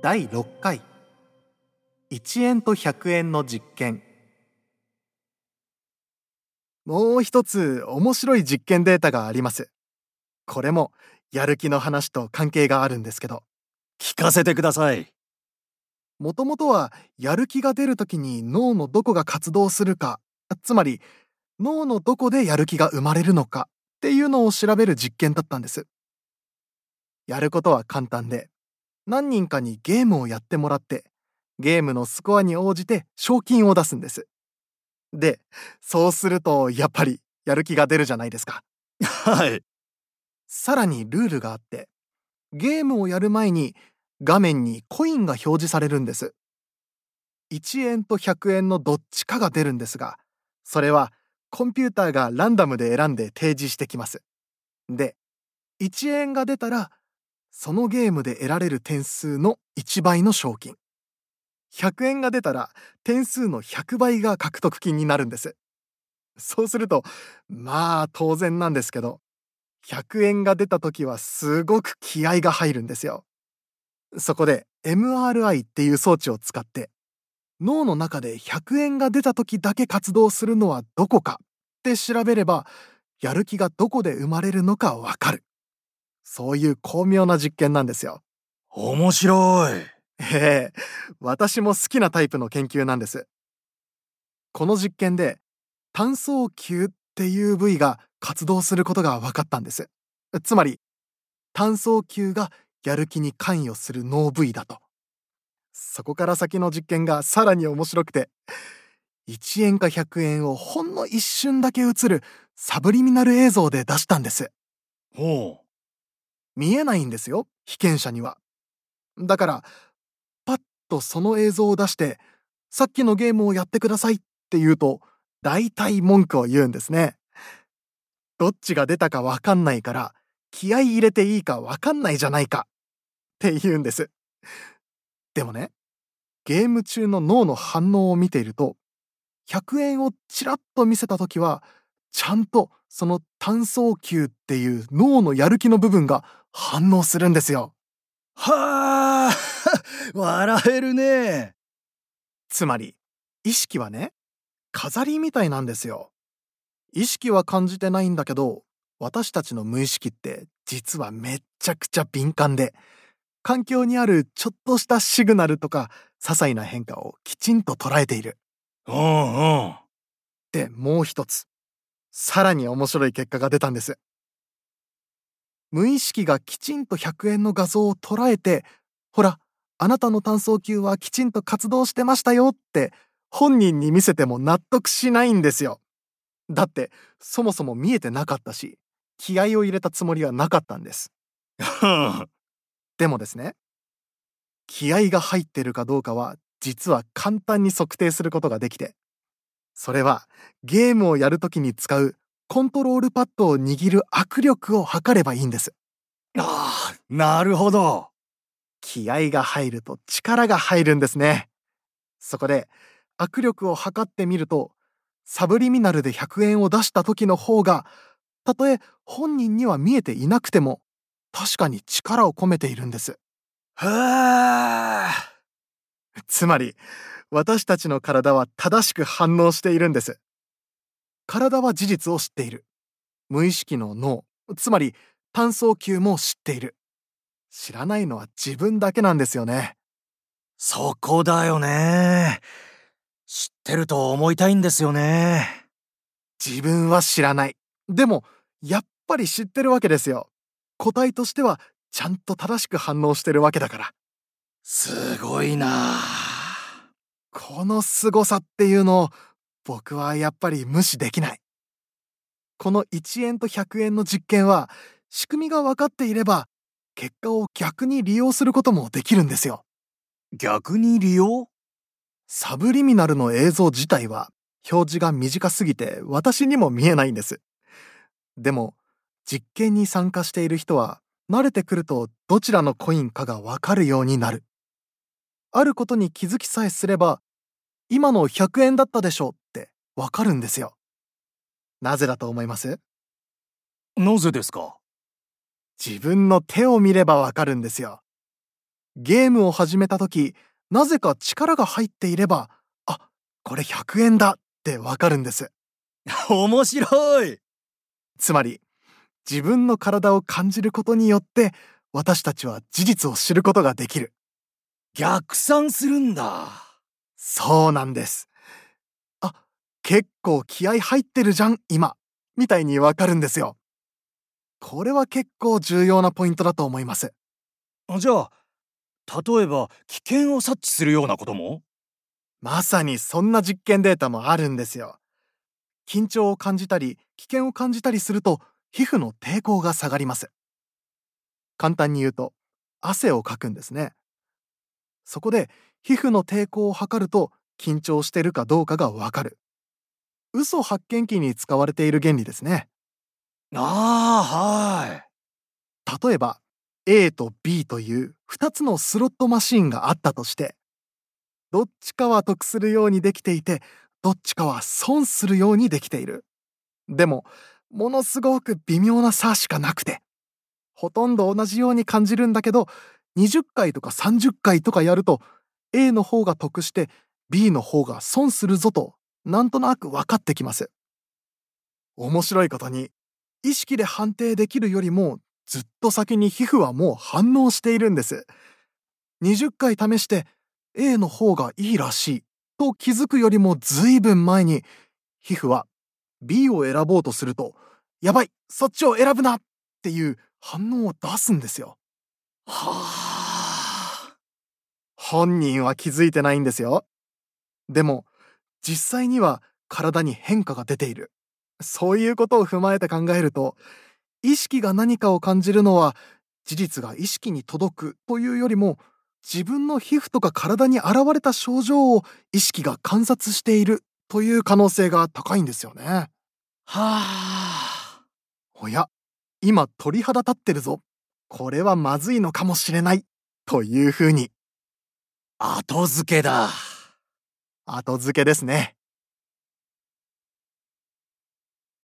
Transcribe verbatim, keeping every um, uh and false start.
だいろっかいいちえんとひゃくえんの実験。もう一つ面白い実験データがあります。これもやる気の話と関係があるんですけど、 聞かせてください。 もともとはやる気が出るときに脳のどこが活動するか、つまり脳のどこでやる気が生まれるのかっていうのを調べる実験だったんです。やることは簡単で、何人かにゲームをやってもらって、ゲームのスコアに応じて賞金を出すんです。で、そうするとやっぱりやる気が出るじゃないですか。 はい。 さらにルールがあって、ゲームをやる前に画面にコインが表示されるんです。いちえんとひゃくえんのどっちかが出るんですが、それはコンピューターがランダムで選んで提示してきます。で、いちえんが出たら、そのゲームで得られる点数のいちばいの賞金。ひゃくえんが出たら点数のひゃくばいが獲得金になるんです。そうすると、まあ当然なんですけど、ひゃくえんが出た時はすごく気合が入るんですよ。そこで エムアールアイ っていう装置を使って、脳の中でひゃくえんが出た時だけ活動するのはどこかって調べれば、やる気がどこで生まれるのかわかる。そういう巧妙な実験なんですよ。 面白い。 ええ、私も好きなタイプの研究なんです。この実験で単層球っていう部位が活動することが分かったんです。つまり単層球がやる気に関与する脳部位だと。そこから先の実験がさらに面白くて、いちえんかひゃくえんをほんの一瞬だけ映るサブリミナル映像で出したんです。 ほう。 見えないんですよ、被験者には。だからパッとその映像を出して、さっきのゲームをやってくださいって言うと、大体文句を言うんですね。どっちが出たかわかんないから、気合い入れていいかわかんないじゃないかって言うんです。でもね、ゲーム中の脳の反応を見ていると、ひゃくえんをちらっと見せたときは、ちゃんとその単層球っていう脳のやる気の部分が反応するんですよ。 はあ笑えるね。 つまり、意識はね、飾りみたいなんですよ。意識は感じてないんだけど、私たちの無意識って実はめっちゃくちゃ敏感で、環境にあるちょっとしたシグナルとか些細な変化をきちんと捉えている。 うんうん。 で、もう一つ、さらに面白い結果が出たんです。無意識がきちんとひゃくえんの画像を捉えて、ほら、あなたの単層球はきちんと活動してましたよって本人に見せても納得しないんですよ。だってそもそも見えてなかったし、気合を入れたつもりはなかったんです。でもですね、気合が入ってるかどうかは実は簡単に測定することができて、それはゲームをやるときに使うコントロールパッドを握る握力を測ればいいんです。 ああ、なるほど。 気合が入ると力が入るんですね。そこで握力を測ってみると、サブリミナルでひゃくえんを出した時の方が、たとえ本人には見えていなくても、確かに力を込めているんです。 へえ。 つまり、私たちの体は正しく反応しているんです。体は事実を知っている。無意識の脳、つまり単層球も知っている。知らないのは自分だけなんですよね。 そこだよね。知ってると思いたいんですよね。 自分は知らない。でも、やっぱり知ってるわけですよ。個体としては、ちゃんと正しく反応してるわけだから。 すごいな。 この凄さっていうのを、僕はやっぱり無視できない。このいちえんとひゃくえんの実験は、仕組みが分かっていれば、結果を逆に利用することもできるんですよ。 逆に利用？ サブリミナルの映像自体は、表示が短すぎて私にも見えないんです。でも、実験に参加している人は、慣れてくるとどちらのコインかがわかるようになる。あることに気づきさえすれば、今のひゃくえんだったでしょってわかるんですよ。なぜだと思います？ なぜですか？ 自分の手を見ればわかるんですよ。 ゲームを始めた時、なぜか力が入っていれば、あ、これひゃくえんだってわかるんです。 面白い。 つまり、自分の体を感じることによって、私たちは事実を知ることができる。 逆算するんだ。 そうなんです。あ、結構気合入ってるじゃん、今。みたいにわかるんですよ。これは結構重要なポイントだと思います。 じゃあ、例えば危険を察知するようなことも？ まさにそんな実験データもあるんですよ。緊張を感じたり、危険を感じたりすると、皮膚の抵抗が下がります。簡単に言うと、汗をかくんですね。そこで、皮膚の抵抗を測ると、緊張してるかどうかがわかる。嘘発見器に使われている原理ですね。 ああ、はい。 例えば、A と B というふたつのスロットマシーンがあったとして、どっちかは得するようにできていて、どっちかは損するようにできている。でも、ものすごく微妙な差しかなくて、ほとんど同じように感じるんだけど、にじゅっかいとかさんじゅっかいとかやると、A の方が得して B の方が損するぞと、なんとなく分かってきます。面白いことに、意識で判定できるよりも、ずっと先に皮膚はもう反応しているんです。にじゅっかい試して A の方がいいらしいと気づくよりもずいぶん前に、皮膚は B を選ぼうとすると、やばい、そっちを選ぶなっていう反応を出すんですよ。 はあ。 本人は気づいてないんですよ。でも、実際には体に変化が出ている。そういうことを踏まえて考えると、意識が何かを感じるのは、事実が意識に届くというよりも、自分の皮膚とか体に現れた症状を意識が観察しているという可能性が高いんですよね。 はあ。 おや、今鳥肌立ってるぞ。これはまずいのかもしれない。というふうに、 後付けだ。 後付けですね。